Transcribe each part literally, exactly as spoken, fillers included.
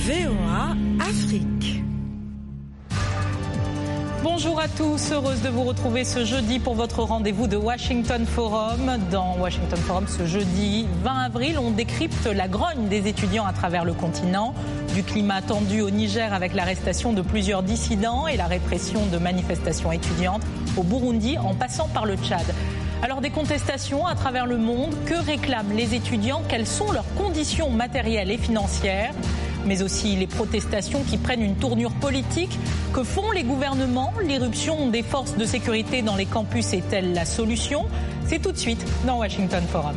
V O A Afrique. Bonjour à tous, heureuse de vous retrouver ce jeudi pour votre rendez-vous de Washington Forum. Dans Washington Forum, ce jeudi vingt avril, on décrypte la grogne des étudiants à travers le continent, du climat tendu au Niger avec l'arrestation de plusieurs dissidents et la répression de manifestations étudiantes au Burundi en passant par le Tchad. Alors des contestations à travers le monde, que réclament les étudiants? Quelles sont leurs conditions matérielles et financières? Mais aussi les protestations qui prennent une tournure politique. Que font les gouvernements? L'irruption des forces de sécurité dans les campus est-elle la solution? C'est tout de suite dans Washington Forum.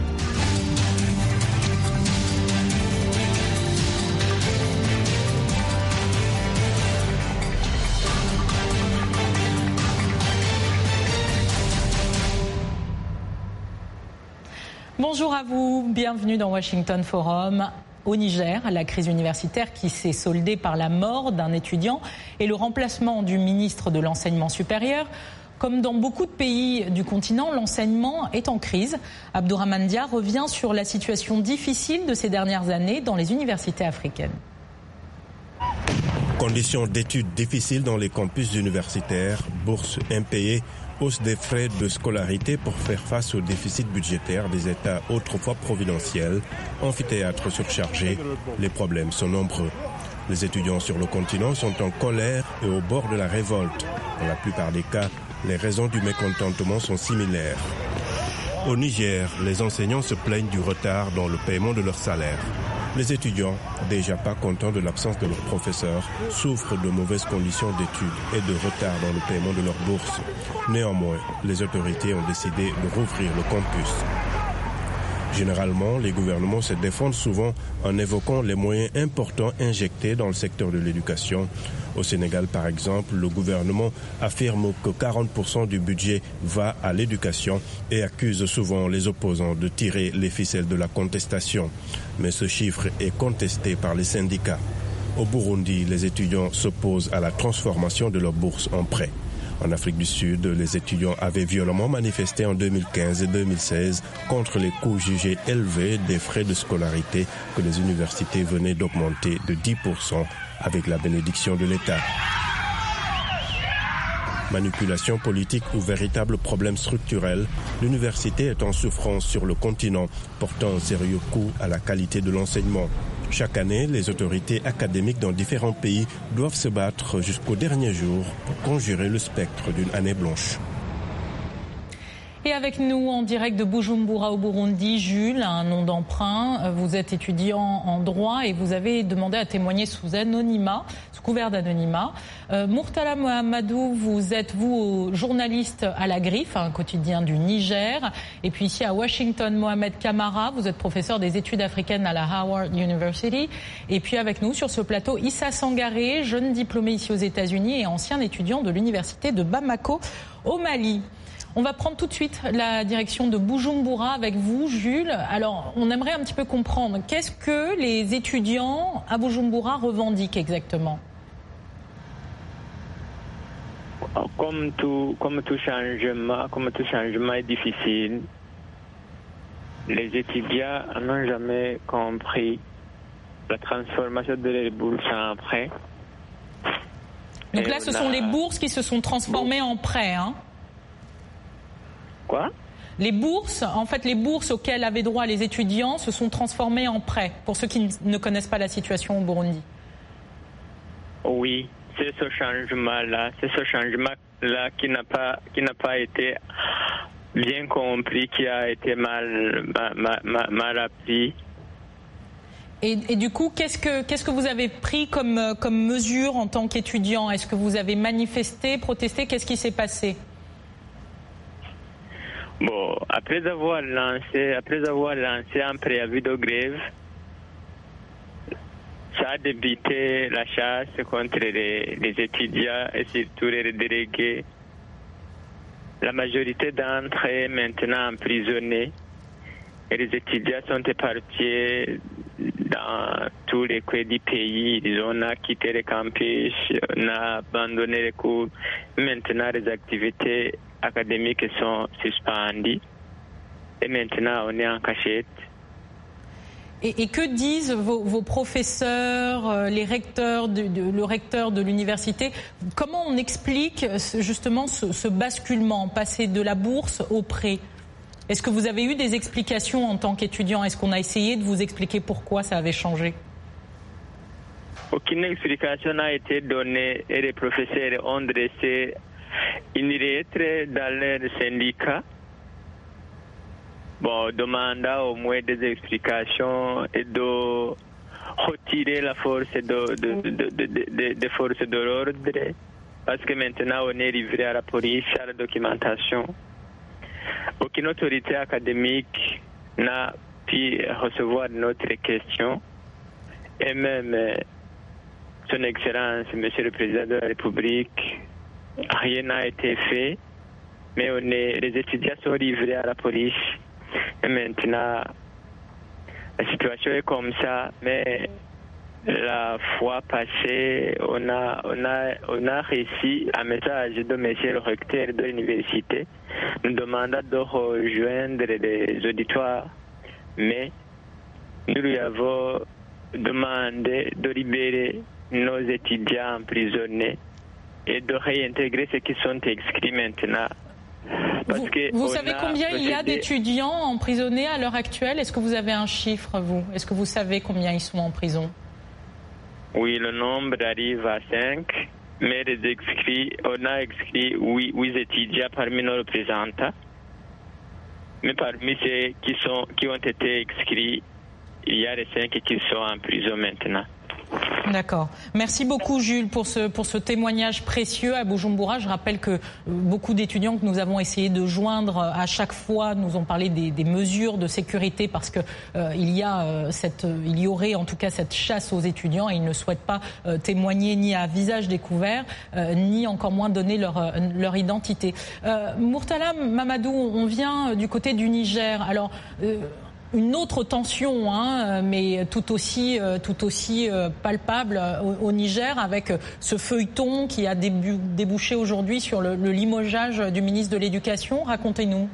Bonjour à vous, bienvenue dans Washington Forum. Au Niger, la crise universitaire qui s'est soldée par la mort d'un étudiant et le remplacement du ministre de l'Enseignement supérieur. Comme dans beaucoup de pays du continent, l'enseignement est en crise. Abdourahmane Dia revient sur la situation difficile de ces dernières années dans les universités africaines. Conditions d'études difficiles dans les campus universitaires, bourses impayées, hausse des frais de scolarité pour faire face au déficit budgétaire des États autrefois providentiels, amphithéâtres surchargés, les problèmes sont nombreux. Les étudiants sur le continent sont en colère et au bord de la révolte. Dans la plupart des cas, les raisons du mécontentement sont similaires. Au Niger, les enseignants se plaignent du retard dans le paiement de leur salaire. Les étudiants, déjà pas contents de l'absence de leurs professeurs, souffrent de mauvaises conditions d'études et de retard dans le paiement de leurs bourses. Néanmoins, les autorités ont décidé de rouvrir le campus. Généralement, les gouvernements se défendent souvent en évoquant les moyens importants injectés dans le secteur de l'éducation. Au Sénégal, par exemple, le gouvernement affirme que quarante pour cent du budget va à l'éducation et accuse souvent les opposants de tirer les ficelles de la contestation. Mais ce chiffre est contesté par les syndicats. Au Burundi, les étudiants s'opposent à la transformation de leurs bourses en prêts. En Afrique du Sud, les étudiants avaient violemment manifesté en deux mille quinze et deux mille seize contre les coûts jugés élevés des frais de scolarité que les universités venaient d'augmenter de dix pour cent avec la bénédiction de l'État. Manipulation politique ou véritable problème structurel, l'université est en souffrance sur le continent, portant un sérieux coup à la qualité de l'enseignement. Chaque année, les autorités académiques dans différents pays doivent se battre jusqu'au dernier jour pour conjurer le spectre d'une année blanche. Et avec nous en direct de Bujumbura au Burundi, Jules, un nom d'emprunt. Vous êtes étudiant en droit et vous avez demandé à témoigner sous anonymat, sous couvert d'anonymat. Euh, Murtala Mohamedou, vous êtes, vous, journaliste à La Griffe, un quotidien du Niger. Et puis ici à Washington, Mohamed Kamara, vous êtes professeur des études africaines à la Howard University. Et puis avec nous sur ce plateau, Issa Sangaré, jeune diplômé ici aux États-Unis et ancien étudiant de l'université de Bamako au Mali. On va prendre tout de suite la direction de Bujumbura avec vous, Jules. Alors, on aimerait un petit peu comprendre, qu'est-ce que les étudiants à Bujumbura revendiquent exactement? Comme tout, comme tout changement, comme tout changement est difficile, les étudiants n'ont jamais compris la transformation de les bourses en prêts. Donc là, ce sont les bourses qui se sont transformées en prêts, hein? Quoi? Les bourses, en fait, les bourses auxquelles avaient droit les étudiants se sont transformées en prêts, pour ceux qui ne connaissent pas la situation au Burundi. Oui, c'est ce changement-là, c'est ce changement-là qui n'a pas, qui n'a pas été bien compris, qui a été mal, mal, mal, mal appris. Et, et du coup, qu'est-ce que, qu'est-ce que vous avez pris comme, comme mesure en tant qu'étudiant? Est-ce que vous avez manifesté, protesté? Qu'est-ce qui s'est passé? Bon, après avoir lancé, après avoir lancé un préavis de grève, ça a débuté la chasse contre les, les étudiants et surtout les délégués. La majorité d'entre eux maintenant emprisonnés et les étudiants sont éparpillés dans tous les coins du pays. Ils ont quitté les campus, on a abandonné les cours. Maintenant, les activités académiques sont suspendues et maintenant on est en cachette. Et, et que disent vos, vos professeurs, les recteurs, de, de, le recteur de l'université? Comment on explique justement ce, ce basculement, passer de la bourse au prêt? Est-ce que vous avez eu des explications en tant qu'étudiant? Est-ce qu'on a essayé de vous expliquer pourquoi ça avait changé? Aucune explication n'a été donnée et les professeurs ont dressé une lettre dans leur syndicat, bon, demandant au moins des explications et de retirer la force de, de, de, de, de, de forces de l'ordre, parce que maintenant on est livré à la police, à la documentation. Aucune autorité académique n'a pu recevoir notre question et même Son Excellence, Monsieur le Président de la République, rien n'a été fait, mais on est, les étudiants sont livrés à la police et maintenant la situation est comme ça, mais la fois passée, on a, on a, on a reçu un message de Monsieur le recteur de l'université nous demandant de rejoindre les auditoires, mais nous lui avons demandé de libérer nos étudiants emprisonnés et de réintégrer ceux qui sont inscrits maintenant. Parce vous que vous savez combien procédé... il y a d'étudiants emprisonnés à l'heure actuelle? Est-ce que vous avez un chiffre, vous? Est-ce que vous savez combien ils sont en prison? Oui, le nombre arrive à cinq, mais les inscrits, on a inscrit huit, huit étudiants parmi nos représentants. Mais parmi ceux qui, sont, qui ont été inscrits, il y a les cinq qui sont en prison maintenant. D'accord. Merci beaucoup Jules pour ce, pour ce témoignage précieux à Bujumbura. Je rappelle que beaucoup d'étudiants que nous avons essayé de joindre à chaque fois nous ont parlé des, des mesures de sécurité parce que euh, il y a euh, cette, il y aurait en tout cas cette chasse aux étudiants et ils ne souhaitent pas euh, témoigner ni à visage découvert euh, ni encore moins donner leur, euh, leur identité. Euh, Murtala Mamadou, on vient du côté du Niger. Alors euh, une autre tension, hein, mais tout aussi, tout aussi palpable au, au Niger, avec ce feuilleton qui a débu, débouché aujourd'hui sur le, le limogeage du ministre de l'Éducation. Racontez-nous.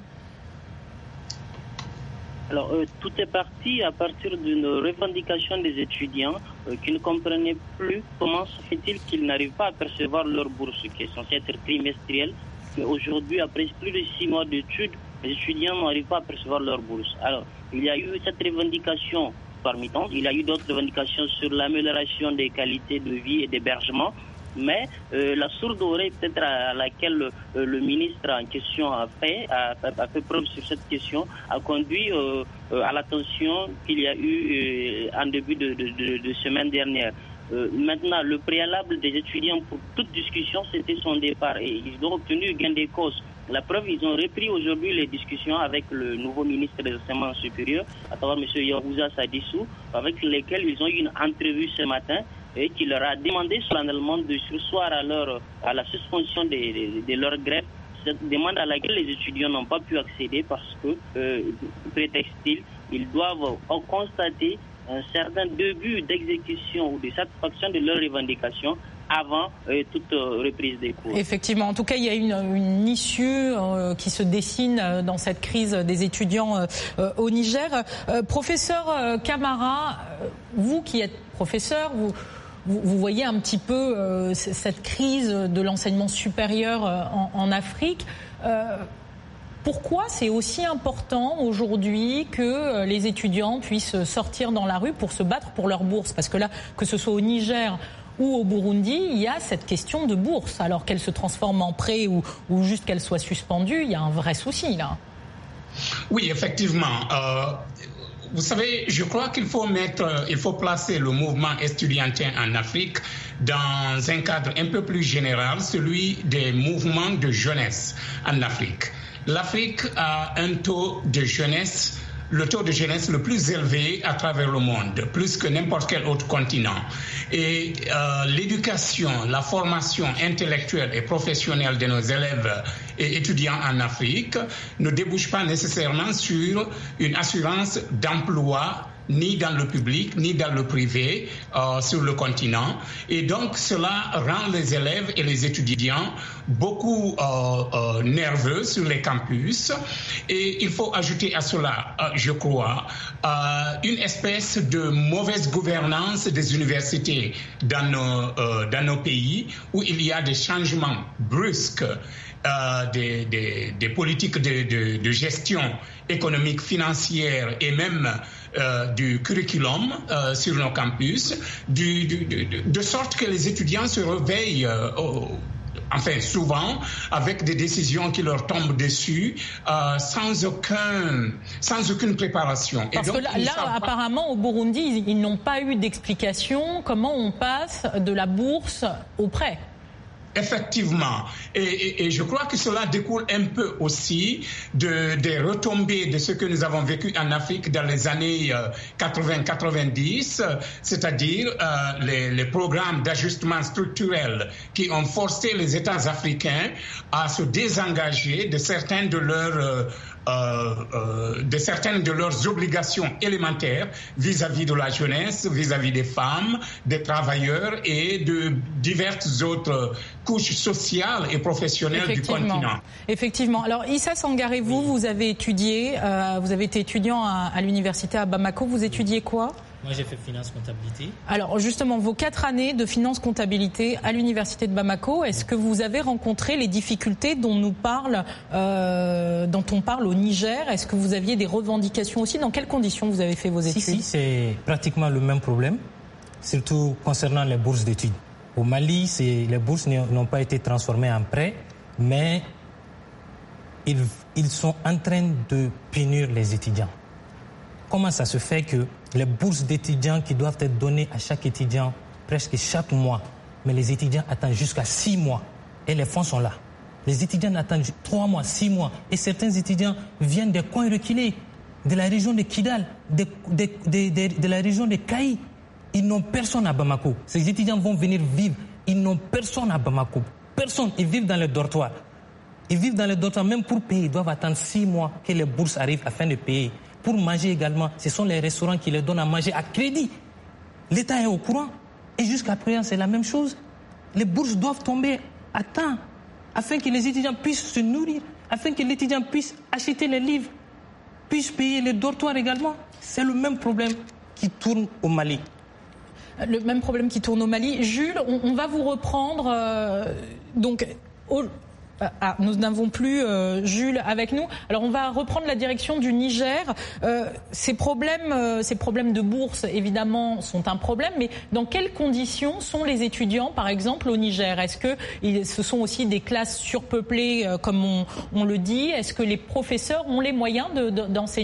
Alors, euh, tout est parti à partir d'une revendication des étudiants euh, qui ne comprenaient plus comment se fait-il qu'ils n'arrivent pas à percevoir leur bourse, qui est censée être trimestrielle. Mais aujourd'hui, après plus de six mois d'études, les étudiants n'arrivent pas à percevoir leur bourse. Alors, il y a eu cette revendication parmi tant. Il y a eu d'autres revendications sur l'amélioration des qualités de vie et d'hébergement. Mais euh, la sourde oreille peut-être à laquelle euh, le ministre en question a fait, a, a fait preuve sur cette question, a conduit euh, euh, à l'attention qu'il y a eu euh, en début de, de, de, de semaine dernière. Euh, maintenant, le préalable des étudiants pour toute discussion, c'était son départ et ils ont obtenu gain de cause. La preuve, ils ont repris aujourd'hui les discussions avec le nouveau ministre des Enseignements supérieurs, à savoir M. Yahuza Sadissou, avec lesquels ils ont eu une entrevue ce matin et qui leur a demandé solennellement de surseoir à, leur, à la suspension de, de, de leur grève. Cette demande à laquelle les étudiants n'ont pas pu accéder parce que, euh, prétexte-t-il, ils doivent constater un certain début d'exécution ou de satisfaction de leurs revendications avant euh, toute euh, reprise des cours. Effectivement, en tout cas, il y a une, une issue euh, qui se dessine euh, dans cette crise des étudiants euh, au Niger. Euh, professeur euh, Camara, euh, vous qui êtes professeur, vous, vous, vous voyez un petit peu euh, cette crise de l'enseignement supérieur euh, en, en Afrique. Euh, Pourquoi c'est aussi important aujourd'hui que les étudiants puissent sortir dans la rue pour se battre pour leur bourse? Parce que là, que ce soit au Niger ou au Burundi, il y a cette question de bourse. Alors qu'elle se transforme en prêt ou, ou juste qu'elle soit suspendue, il y a un vrai souci là. Oui, effectivement. Euh, vous savez, je crois qu'il faut mettre, il faut placer le mouvement estudiantin en Afrique dans un cadre un peu plus général, celui des mouvements de jeunesse en Afrique. L'Afrique a un taux de jeunesse, le taux de jeunesse le plus élevé à travers le monde, plus que n'importe quel autre continent. Et euh, l'éducation, la formation intellectuelle et professionnelle de nos élèves et étudiants en Afrique ne débouche pas nécessairement sur une assurance d'emploi ni dans le public, ni dans le privé euh, sur le continent. Et donc, cela rend les élèves et les étudiants beaucoup euh, euh, nerveux sur les campus. Et il faut ajouter à cela, euh, je crois, euh, une espèce de mauvaise gouvernance des universités dans nos, euh, dans nos pays, où il y a des changements brusques Euh, des, des, des politiques de, de, de gestion économique, financière et même euh, du curriculum euh, sur nos campus, du, du, de, de sorte que les étudiants se réveillent euh, au, enfin souvent avec des décisions qui leur tombent dessus euh, sans, aucun, sans aucune préparation. Parce et donc, que là, là apparemment, pas... au Burundi, ils, ils n'ont pas eu d'explication comment on passe de la bourse au prêt. Effectivement, et, et, et je crois que cela découle un peu aussi de, des retombées de ce que nous avons vécu en Afrique dans les années euh, quatre-vingts quatre-vingt-dix, c'est-à-dire euh, les, les programmes d'ajustement structurel qui ont forcé les États africains à se désengager de certains de leurs euh, Euh, euh, de certaines de leurs obligations élémentaires vis-à-vis de la jeunesse, vis-à-vis des femmes, des travailleurs et de diverses autres couches sociales et professionnelles du continent. Effectivement. Alors Issa Sangaré, vous, vous avez étudié, euh, vous avez été étudiant à, à l'université à Bamako. Vous étudiez quoi ? Moi, j'ai fait finance-comptabilité. Alors, justement, vos quatre années de finance-comptabilité à l'université de Bamako, est-ce que vous avez rencontré les difficultés dont nous parle, euh, dont on parle au Niger ? Est-ce que vous aviez des revendications aussi ? Dans quelles conditions vous avez fait vos études ? Si, si, c'est pratiquement le même problème, surtout concernant les bourses d'études. Au Mali, c'est, les bourses n'ont pas été transformées en prêts, mais ils, ils sont en train de punir les étudiants. Comment ça se fait que les bourses d'étudiants qui doivent être données à chaque étudiant presque chaque mois, mais les étudiants attendent jusqu'à six mois et les fonds sont là. Les étudiants attendent trois mois, six mois et certains étudiants viennent des coins reculés, de la région de Kidal, de, de, de, de, de la région de Kaï. Ils n'ont personne à Bamako. Ces étudiants vont venir vivre. Ils n'ont personne à Bamako. Personne. Ils vivent dans les dortoirs. Ils vivent dans les dortoirs. Même pour payer, ils doivent attendre six mois que les bourses arrivent afin de payer. Pour manger également, ce sont les restaurants qui les donnent à manger à crédit. L'État est au courant. Et jusqu'à présent, c'est la même chose. Les bourses doivent tomber à temps afin que les étudiants puissent se nourrir, afin que l'étudiant puisse acheter les livres, puisse payer les dortoirs également. C'est le même problème qui tourne au Mali. Le même problème qui tourne au Mali. Jules, on, on va vous reprendre. Euh, donc, au... Ah, nous n'avons plus euh, Jules avec nous. Alors on va reprendre la direction du Niger. Euh, ces problèmes, euh, ces problèmes de bourse, évidemment, sont un problème. Mais dans quelles conditions sont les étudiants, par exemple, au Niger ? Est-ce que ils, ce sont aussi des classes surpeuplées, euh, comme on, on le dit ? Est-ce que les professeurs ont les moyens de, de, d'enseigner ?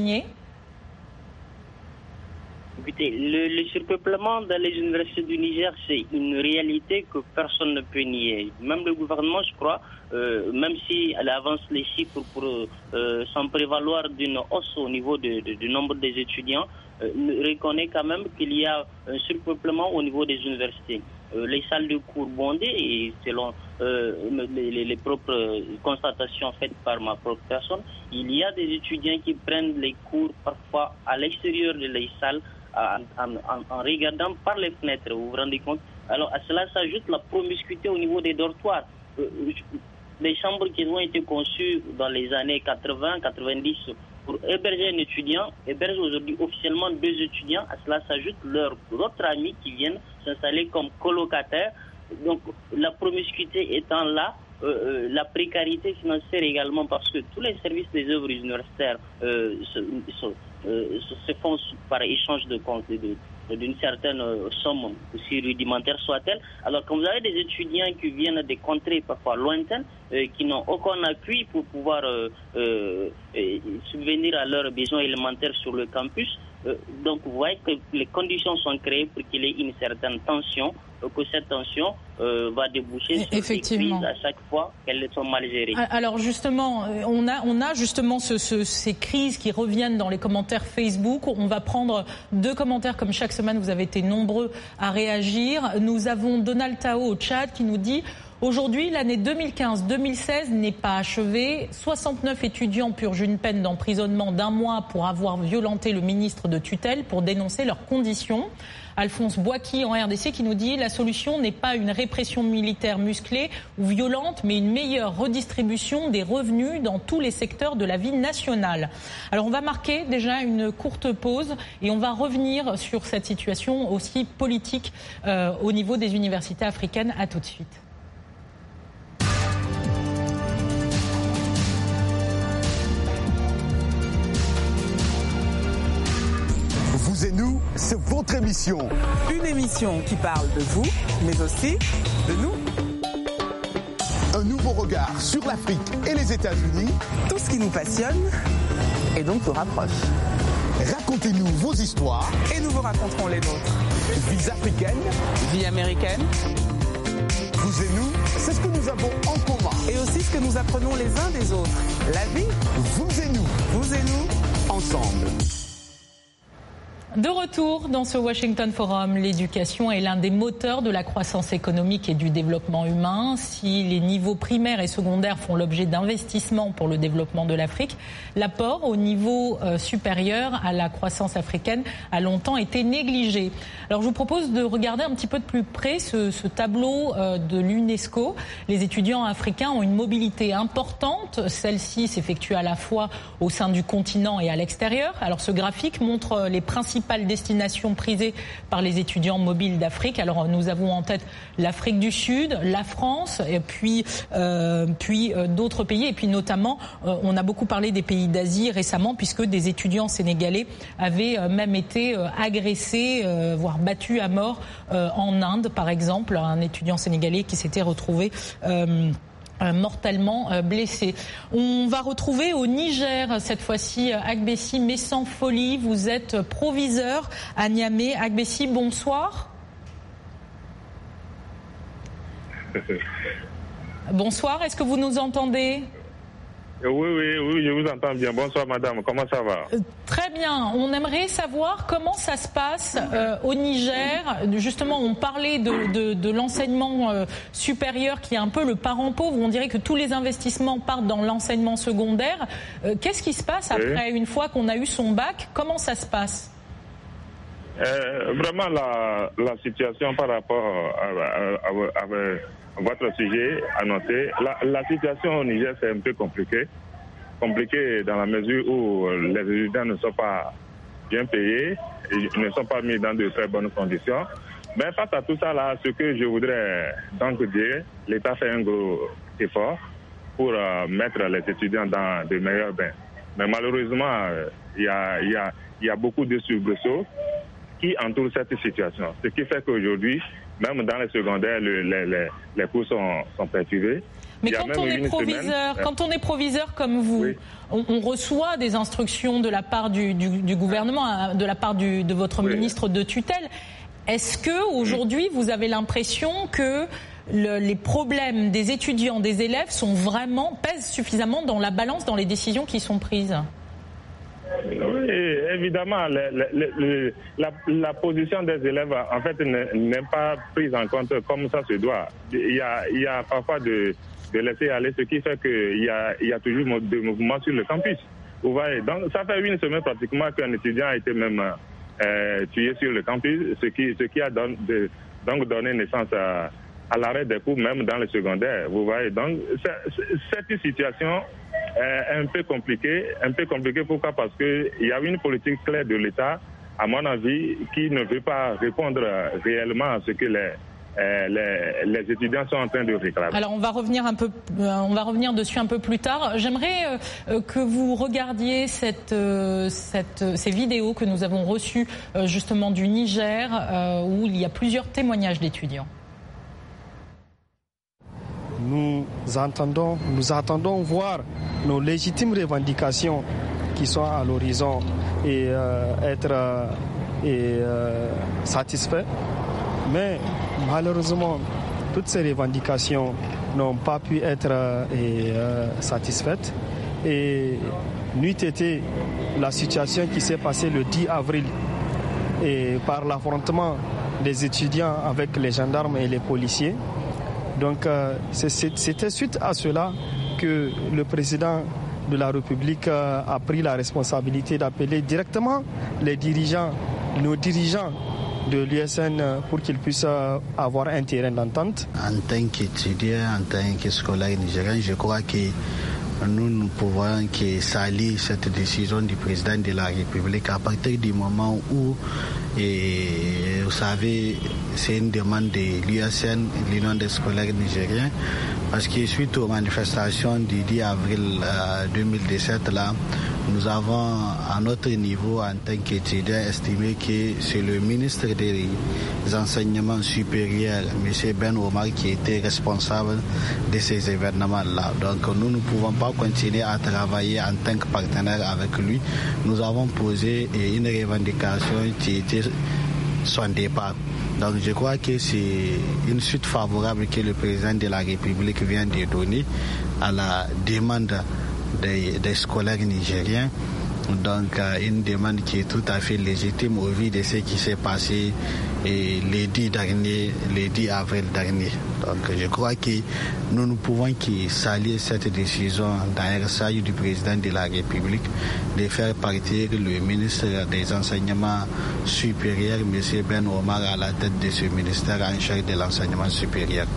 Écoutez, le, le surpeuplement dans les universités du Niger, c'est une réalité que personne ne peut nier. Même le gouvernement, je crois, euh, même si elle avance les chiffres pour euh, s'en prévaloir d'une hausse au niveau de, de, du nombre des étudiants, euh, reconnaît quand même qu'il y a un surpeuplement au niveau des universités. Euh, les salles de cours bondées, et selon euh, les, les propres constatations faites par ma propre personne, il y a des étudiants qui prennent les cours parfois à l'extérieur de les salles, En, en, en regardant par les fenêtres, vous vous rendez compte? Alors à cela s'ajoute la promiscuité au niveau des dortoirs. Euh, les chambres qui ont été conçues dans les années quatre-vingts quatre-vingt-dix pour héberger un étudiant hébergent aujourd'hui officiellement deux étudiants. À cela s'ajoute leurs autres amis qui viennent s'installer comme colocataires. Donc la promiscuité étant là, euh, euh, la précarité financière également, parce que tous les services des œuvres universitaires euh, se, se, euh, se font par échange de comptes de, d'une certaine somme, aussi rudimentaire soit-elle. Alors quand vous avez des étudiants qui viennent des contrées parfois lointaines, euh, qui n'ont aucun appui pour pouvoir euh, euh, subvenir à leurs besoins élémentaires sur le campus, euh, donc vous voyez que les conditions sont créées pour qu'il y ait une certaine tension, euh, que cette tension euh, va déboucher sur des crises à chaque fois qu'elles sont mal gérées. Alors justement, on a, on a justement ce, ce, ces crises qui reviennent dans les commentaires Facebook. On va prendre deux commentaires comme chaque semaine, vous avez été nombreux à réagir. Nous avons Donald Tao au Tchad qui nous dit: Aujourd'hui, l'année deux mille quinze deux mille seize n'est pas achevée. soixante-neuf étudiants purgent une peine d'emprisonnement d'un mois pour avoir violenté le ministre de tutelle pour dénoncer leurs conditions. Alphonse Boaki en R D C qui nous dit la solution n'est pas une répression militaire musclée ou violente, mais une meilleure redistribution des revenus dans tous les secteurs de la vie nationale. Alors on va marquer déjà une courte pause et on va revenir sur cette situation aussi politique euh, au niveau des universités africaines. À tout de suite. Vous et nous, c'est votre émission. Une émission qui parle de vous, mais aussi de nous. Un nouveau regard sur l'Afrique et les États-Unis. Tout ce qui nous passionne et donc nous rapproche. Racontez-nous vos histoires. Et nous vous raconterons les nôtres. Vies africaines. Vie américaine. Vous et nous, c'est ce que nous avons en commun. Et aussi ce que nous apprenons les uns des autres. La vie. Vous et nous. Vous et nous. Ensemble. De retour dans ce Washington Forum, l'éducation est l'un des moteurs de la croissance économique et du développement humain. Si les niveaux primaires et secondaires font l'objet d'investissements pour le développement de l'Afrique, l'apport au niveau euh, supérieur à la croissance africaine a longtemps été négligé. Alors je vous propose de regarder un petit peu de plus près ce, ce tableau euh, de l'UNESCO. Les étudiants africains ont une mobilité importante. Celle-ci s'effectue à la fois au sein du continent et à l'extérieur. Alors ce graphique montre les principales destinations prisées par les étudiants mobiles d'Afrique. Alors nous avons en tête l'Afrique du Sud, la France, et puis euh, puis euh, d'autres pays, et puis notamment euh, on a beaucoup parlé des pays d'Asie récemment, puisque des étudiants sénégalais avaient euh, même été euh, agressés, euh, voire battus à mort euh, en Inde, par exemple, un étudiant sénégalais qui s'était retrouvé euh, mortellement blessé. On va retrouver au Niger cette fois-ci Agbessi Messan-Foli. Vous êtes proviseur à Niamey. Agbessi, bonsoir. Bonsoir, est-ce que vous nous entendez ? Oui, oui, oui, je vous entends bien. Bonsoir madame, comment ça va ? euh, Très bien, on aimerait savoir comment ça se passe euh, au Niger. Justement, on parlait de, de, de l'enseignement euh, supérieur qui est un peu le parent pauvre. On dirait que tous les investissements partent dans l'enseignement secondaire. Euh, qu'est-ce qui se passe après, oui. une fois qu'on a eu son bac ? Comment ça se passe ? euh, Vraiment, la, la situation par rapport à, à, à, à, à votre sujet à noter, la, la situation au Niger c'est un peu compliqué, compliqué dans la mesure où les étudiants ne sont pas bien payés, et ne sont pas mis dans de très bonnes conditions. Mais face à tout ça là, ce que je voudrais donc dire, l'État fait un gros effort pour euh, mettre les étudiants dans de meilleurs bains. Mais malheureusement, il y a, y a, y a beaucoup de soubresauts qui entourent cette situation. Ce qui fait qu'aujourd'hui, même dans les secondaires, le, les, les, les cours sont, sont perturbés. Mais quand on, est proviseur, semaine, quand on est proviseur comme vous, oui. on, on reçoit des instructions de la part du, du, du gouvernement, de la part du, de votre oui. ministre de tutelle. Est-ce que aujourd'hui, vous avez l'impression que le, les problèmes des étudiants, des élèves, sont vraiment pèsent suffisamment dans la balance, dans les décisions qui sont prises ? Oui, évidemment, le, le, le, la, la position des élèves, en fait, n'est pas prise en compte comme ça se doit. Il y a, il y a parfois de, de laisser aller, ce qui fait qu'il y a, il y a toujours des mouvements sur le campus. Vous voyez, donc ça fait une semaine pratiquement qu'un étudiant a été même euh, tué sur le campus, ce qui, ce qui a don, de, donc donné naissance à, à l'arrêt des cours, même dans le secondaire. Vous voyez, donc cette situation est un peu compliquée, un peu compliquée. Pourquoi ? Parce qu'il y a une politique claire de l'État, à mon avis, qui ne veut pas répondre réellement à ce que les Euh, les, les étudiants sont en train de réclamer. Alors on va revenir un peu, euh, on va revenir dessus un peu plus tard. J'aimerais euh, que vous regardiez cette, euh, cette, ces vidéos que nous avons reçues euh, justement du Niger, euh, où il y a plusieurs témoignages d'étudiants. Nous entendons, nous attendons voir nos légitimes revendications qui sont à l'horizon et euh, être euh, et, euh, satisfaits. Mais malheureusement, toutes ces revendications n'ont pas pu être euh, et, euh, satisfaites. Et n'eût été la situation qui s'est passée le dix avril et par l'affrontement des étudiants avec les gendarmes et les policiers, Donc euh, c'est, c'était suite à cela que le président de la République euh, a pris la responsabilité d'appeler directement les dirigeants, nos dirigeants de l'U S N pour qu'ils puissent euh, avoir un terrain d'entente. En tant qu'étudiant, en tant que scolaire nigérien, je crois que nous ne pouvons que saluer cette décision du président de la République à partir du moment où, et, vous savez, c'est une demande de l'U S N, l'Union des scolaires nigériens, parce que suite aux manifestations du dix avril euh, deux mille dix-sept, là, nous avons à notre niveau, en tant qu'étudiants, estimé que c'est le ministre des enseignements supérieurs, M. Ben Omar, qui était responsable de ces événements-là. Donc nous ne pouvons pas continuer à travailler en tant que partenaire avec lui. Nous avons posé une revendication qui était son départ. Donc je crois que c'est une suite favorable que le président de la République vient de donner à la demande des, des scolaires nigériens. Donc euh, une demande qui est tout à fait légitime au vu de ce qui s'est passé et les dix derniers, les dix avril dernier. Donc je crois que nous ne pouvons que saluer cette décision d'anniversaire du président de la République de faire partir le ministre des enseignements supérieurs, M. Ben Omar, à la tête de ce ministère en charge de l'enseignement supérieur.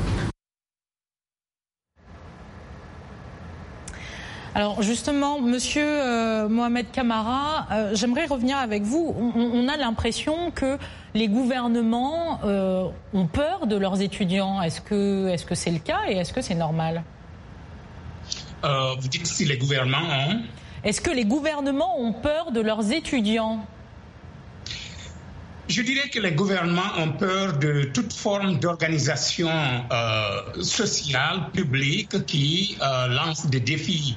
Alors justement, Monsieur euh, Mohamed Camara, euh, j'aimerais revenir avec vous. On, on a l'impression que les gouvernements euh, ont peur de leurs étudiants. Est-ce que, est-ce que c'est le cas et est-ce que c'est normal ? euh, Vous dites si les gouvernements ont... Est-ce que les gouvernements ont peur de leurs étudiants ? Je dirais que les gouvernements ont peur de toute forme d'organisation euh, sociale, publique, qui euh, lance des défis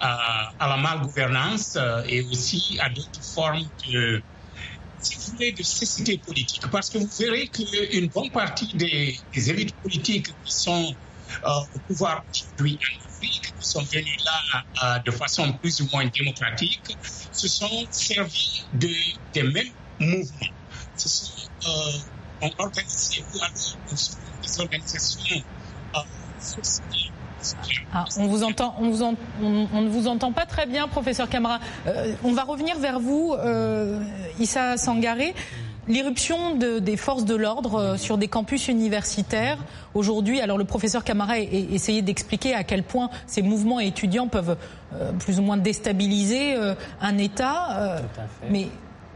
à, à la malgouvernance euh, et aussi à d'autres formes de, si vous voulez, de cécité politique. Parce que vous verrez qu'une bonne partie des, des élites politiques qui sont euh, au pouvoir aujourd'hui en Afrique, qui sont venues là euh, de façon plus ou moins démocratique, se sont servis de, des mêmes mouvements. Ce sont euh, ont organisé ou alors des organisations euh, sociales. Ah, on vous entend, on, vous en, on, on ne vous entend pas très bien, professeur Camara. Euh, on va revenir vers vous, euh, Issa Sangaré. L'irruption de, des forces de l'ordre euh, sur des campus universitaires aujourd'hui. Alors le professeur Camara a essayé d'expliquer à quel point ces mouvements étudiants peuvent euh, plus ou moins déstabiliser euh, un État. Euh, Tout à fait. Mais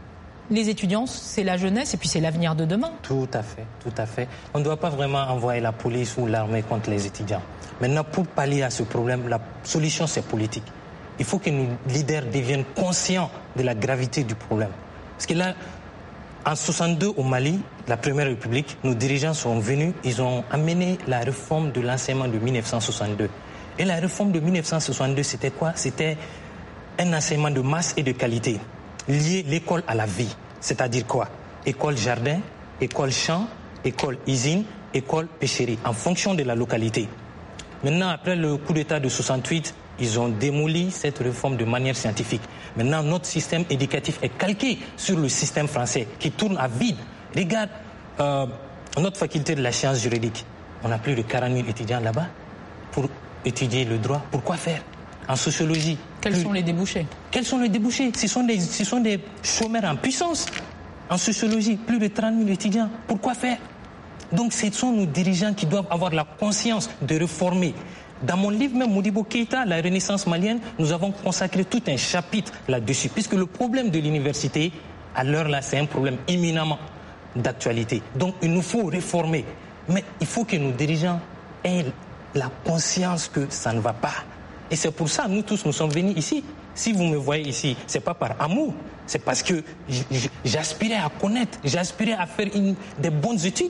les étudiants, c'est la jeunesse et puis c'est l'avenir de demain. Tout à fait, tout à fait. On ne doit pas vraiment envoyer la police ou l'armée contre les étudiants. Maintenant, pour pallier à ce problème, la solution, c'est politique. Il faut que nos leaders deviennent conscients de la gravité du problème. Parce que là, en soixante-deux, au Mali, la Première République, nos dirigeants sont venus, ils ont amené la réforme de l'enseignement de mille neuf cent soixante-deux. Et la réforme de mille neuf cent soixante-deux, c'était quoi ? C'était un enseignement de masse et de qualité. Lier l'école à la vie, c'est-à-dire quoi ? École jardin, école champ, école usine, école pêcherie, en fonction de la localité. Maintenant, après le coup d'État de soixante-huit, ils ont démoli cette réforme de manière scientifique. Maintenant, notre système éducatif est calqué sur le système français qui tourne à vide. Regarde, euh, notre faculté de la science juridique, on a plus de quarante mille étudiants là-bas pour étudier le droit. Pourquoi faire ? En sociologie. Quels sont les débouchés ? Quels sont les débouchés ? Ce sont des, ce sont des chômeurs en puissance. En sociologie, plus de trente mille étudiants. Pourquoi faire ? Donc ce sont nos dirigeants qui doivent avoir la conscience de réformer. Dans mon livre même, Modibo Keïta, la Renaissance malienne, nous avons consacré tout un chapitre là-dessus. Puisque le problème de l'université, à l'heure là, c'est un problème éminemment d'actualité. Donc il nous faut réformer. Mais il faut que nos dirigeants aient la conscience que ça ne va pas. Et c'est pour ça, nous tous, nous sommes venus ici. Si vous me voyez ici, c'est pas par amour, c'est parce que j'aspirais à connaître, j'aspirais à faire une, des bonnes études.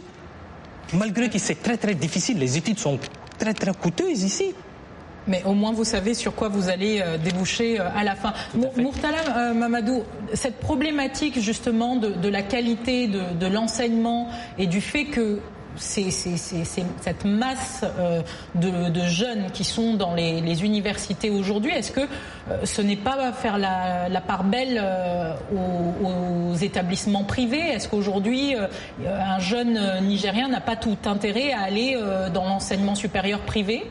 Malgré que c'est très très difficile, les études sont très très coûteuses ici. Mais au moins vous savez sur quoi vous allez euh, déboucher euh, à la fin. Mourtala euh, Mamadou, cette problématique justement de, de la qualité de, de l'enseignement et du fait que c'est, c'est, c'est, c'est cette masse euh, de, de jeunes qui sont dans les, les universités aujourd'hui, est-ce que euh, ce n'est pas faire la, la part belle euh, aux, aux établissements privés? Est-ce qu'aujourd'hui, euh, un jeune Nigérien n'a pas tout intérêt à aller euh, dans l'enseignement supérieur privé?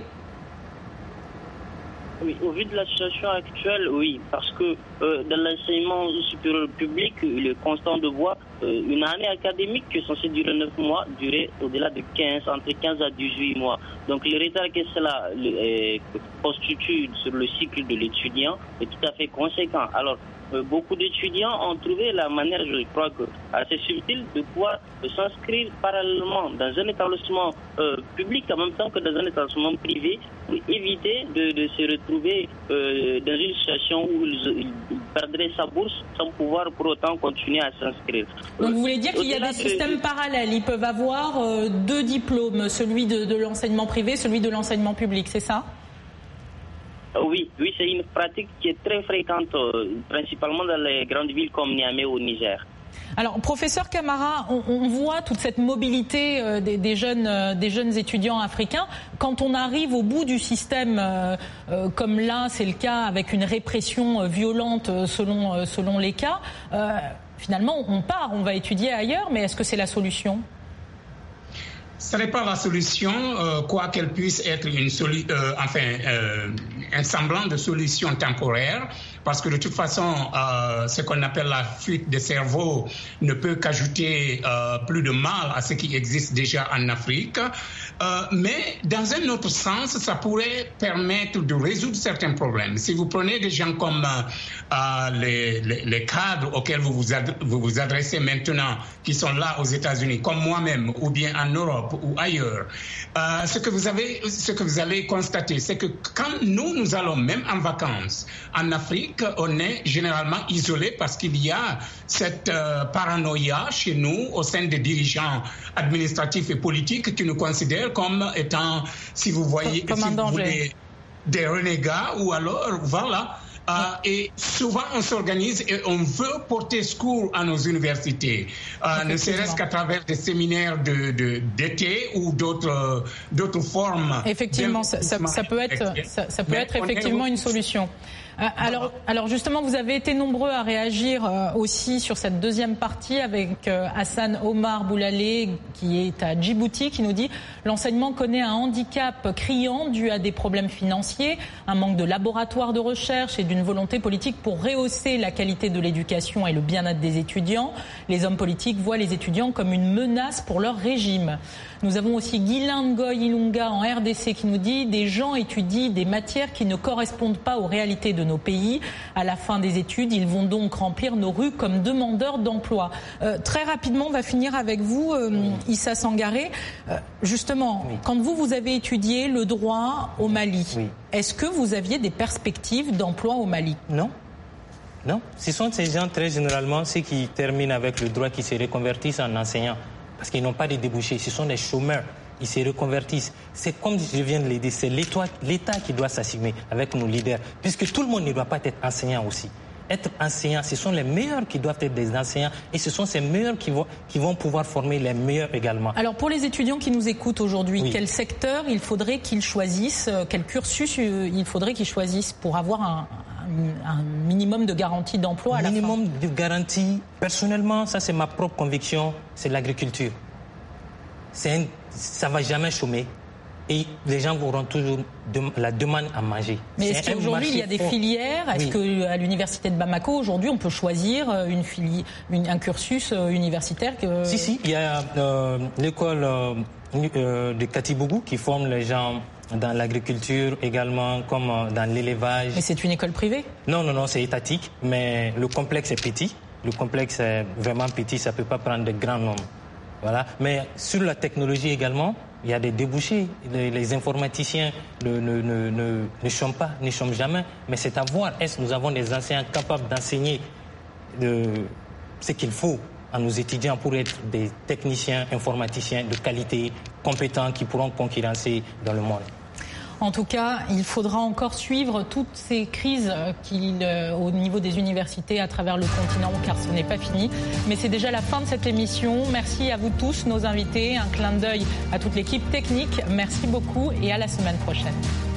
Oui, au vu de la situation actuelle, oui, parce que euh, dans l'enseignement supérieur public, il est constant de voir euh, une année académique qui est censée durer neuf mois, durer au-delà de quinze, entre quinze à dix-huit mois. Donc le retard que cela euh, constitue sur le cycle de l'étudiant est tout à fait conséquent. Alors, euh, beaucoup d'étudiants ont trouvé la manière, je crois que assez subtile, de pouvoir euh, s'inscrire parallèlement dans un établissement euh, public en même temps que dans un établissement privé pour éviter de, de se retrouver euh, dans une situation où ils, ils perdraient sa bourse sans pouvoir pour autant continuer à s'inscrire. Donc vous voulez dire qu'il y a des systèmes parallèles, ils peuvent avoir euh, deux diplômes, celui de, de l'enseignement privé, celui de l'enseignement public, c'est ça? Oui, oui, c'est une pratique qui est très fréquente, euh, principalement dans les grandes villes comme Niamey au Niger. Alors, professeur Camara, on, on voit toute cette mobilité euh, des, des, jeunes, euh, des jeunes étudiants africains. Quand on arrive au bout du système, euh, euh, comme là, c'est le cas avec une répression euh, violente euh, selon, euh, selon les cas, euh, finalement, on part, on va étudier ailleurs, mais est-ce que c'est la solution ? Ce n'est pas la solution, euh, quoi qu'elle puisse être une solu- euh, enfin, euh, un semblant de solution temporaire, parce que de toute façon, euh, ce qu'on appelle la fuite des cerveaux ne peut qu'ajouter euh, plus de mal à ce qui existe déjà en Afrique. Euh, mais dans un autre sens, ça pourrait permettre de résoudre certains problèmes. Si vous prenez des gens comme euh, les, les, les cadres auxquels vous vous, ad- vous vous adressez maintenant, qui sont là aux États-Unis, comme moi-même, ou bien en Europe ou ailleurs, euh, ce que vous avez, ce que vous allez constater, c'est que quand nous, nous allons même en vacances en Afrique, on est généralement isolé parce qu'il y a cette euh, paranoïa chez nous au sein des dirigeants administratifs et politiques qui nous considèrent comme étant, si vous voyez, comme si un vous danger. voulez, des renégats ou alors, voilà. Euh, et souvent, on s'organise et on veut porter secours à nos universités, euh, ne serait-ce qu'à travers des séminaires de, de, d'été ou d'autres, d'autres formes. Effectivement, ça, ça, ça peut être, ça, ça peut être effectivement une solution. Alors, alors justement, vous avez été nombreux à réagir euh, aussi sur cette deuxième partie avec euh, Hassan Omar Boulalé qui est à Djibouti, qui nous dit « L'enseignement connaît un handicap criant dû à des problèmes financiers, un manque de laboratoires de recherche et d'une volonté politique pour rehausser la qualité de l'éducation et le bien-être des étudiants. Les hommes politiques voient les étudiants comme une menace pour leur régime. » Nous avons aussi Guylain Ngoy Ilunga en R D C qui nous dit « Des gens étudient des matières qui ne correspondent pas aux réalités de nos pays. À la fin des études, ils vont donc remplir nos rues comme demandeurs d'emploi. Euh, » Très rapidement, on va finir avec vous, euh, Issa Sangaré. Euh, justement, oui. Quand vous, vous avez étudié le droit au Mali, oui. Est-ce que vous aviez des perspectives d'emploi au Mali ? Non. Non. Ce sont ces gens, très généralement, ceux qui terminent avec le droit, qui se reconvertissent en enseignants. Parce qu'ils n'ont pas de débouchés, ce sont des chômeurs, ils se reconvertissent. C'est comme je viens de le dire, c'est l'État, l'État qui doit s'assumer avec nos leaders, puisque tout le monde ne doit pas être enseignant aussi. Être enseignant, ce sont les meilleurs qui doivent être des enseignants et ce sont ces meilleurs qui vont, qui vont pouvoir former les meilleurs également. Alors pour les étudiants qui nous écoutent aujourd'hui, oui. Quel secteur il faudrait qu'ils choisissent, quel cursus il faudrait qu'ils choisissent pour avoir un, un, un minimum de garantie d'emploi à la fin ? Minimum de garantie, personnellement, ça c'est ma propre conviction, c'est l'agriculture. C'est un, ça ne va jamais chômer. Et les gens auront toujours de, la demande à manger. Mais est-ce c'est qu'aujourd'hui, il y a des fort. filières ? Est-ce oui. qu'à l'université de Bamako, aujourd'hui, on peut choisir une fili- une, un cursus universitaire que... Si, si. Il y a euh, l'école euh, de Katibougou qui forme les gens dans l'agriculture, également comme dans l'élevage. Mais c'est une école privée ? Non, non, non, c'est étatique. Mais le complexe est petit. Le complexe est vraiment petit. Ça ne peut pas prendre de grands nombres. Voilà. Mais sur la technologie également, il y a des débouchés. Les, les informaticiens ne, ne, ne, ne, ne chôment pas, ne chôment jamais. Mais c'est à voir, est-ce que nous avons des enseignants capables d'enseigner de, ce qu'il faut à nos étudiants pour être des techniciens, informaticiens de qualité, compétents, qui pourront concurrencer dans le monde. En tout cas, il faudra encore suivre toutes ces crises qu'il, euh, au niveau des universités à travers le continent, car ce n'est pas fini. Mais c'est déjà la fin de cette émission. Merci à vous tous, nos invités. Un clin d'œil à toute l'équipe technique. Merci beaucoup et à la semaine prochaine.